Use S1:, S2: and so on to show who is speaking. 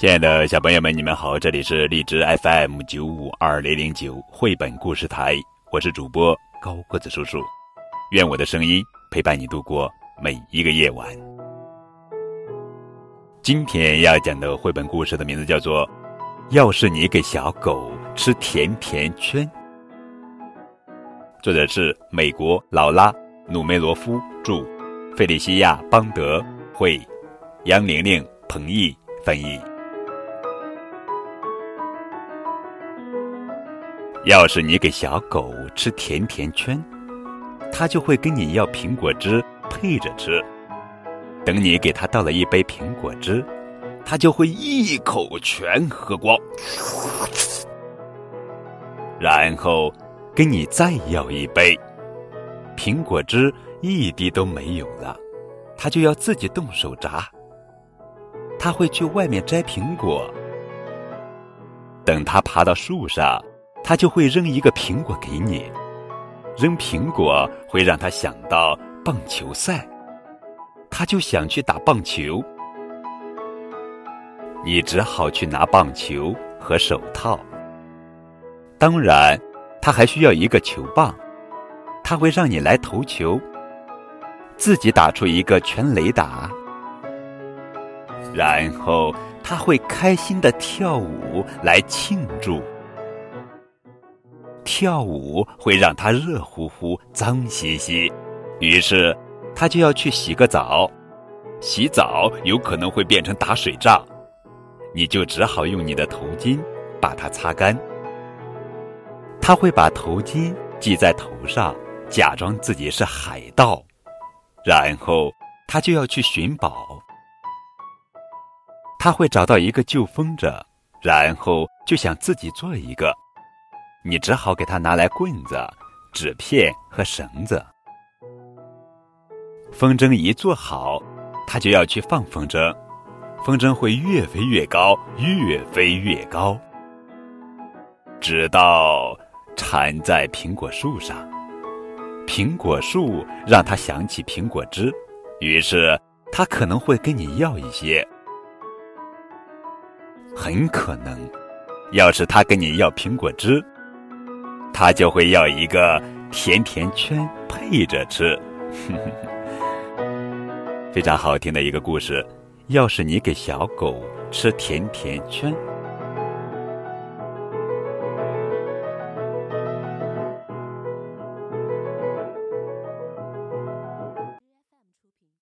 S1: 亲爱的小朋友们，你们好，这里是荔枝 FM952-009 绘本故事台，我是主播高个子叔叔，愿我的声音陪伴你度过每一个夜晚。今天要讲的绘本故事的名字叫做要是你给小狗吃甜甜圈，作者是美国劳拉·努梅罗夫著，费利西亚·邦德绘，杨玲玲、彭毅翻译。要是你给小狗吃甜甜圈，它就会跟你要苹果汁配着吃。等你给它倒了一杯苹果汁，它就会一口全喝光，然后跟你再要一杯，苹果汁一滴都没有了，它就要自己动手榨。它会去外面摘苹果，等它爬到树上，他就会扔一个苹果给你，扔苹果会让他想到棒球赛，他就想去打棒球，你只好去拿棒球和手套。当然，他还需要一个球棒，他会让你来投球，自己打出一个全垒打，然后他会开心地跳舞来庆祝。跳舞会让他热乎乎、脏兮兮，于是他就要去洗个澡。洗澡有可能会变成打水仗，你就只好用你的头巾把它擦干。他会把头巾系在头上，假装自己是海盗，然后他就要去寻宝。他会找到一个旧风筝，然后就想自己做一个。你只好给他拿来棍子、纸片和绳子。风筝一做好，他就要去放风筝，风筝会越飞越高，越飞越高，直到缠在苹果树上。苹果树让他想起苹果汁，于是他可能会跟你要一些。很可能，要是他跟你要苹果汁，他就会要一个甜甜圈配着吃。非常好听的一个故事。要是你给小狗吃甜甜圈，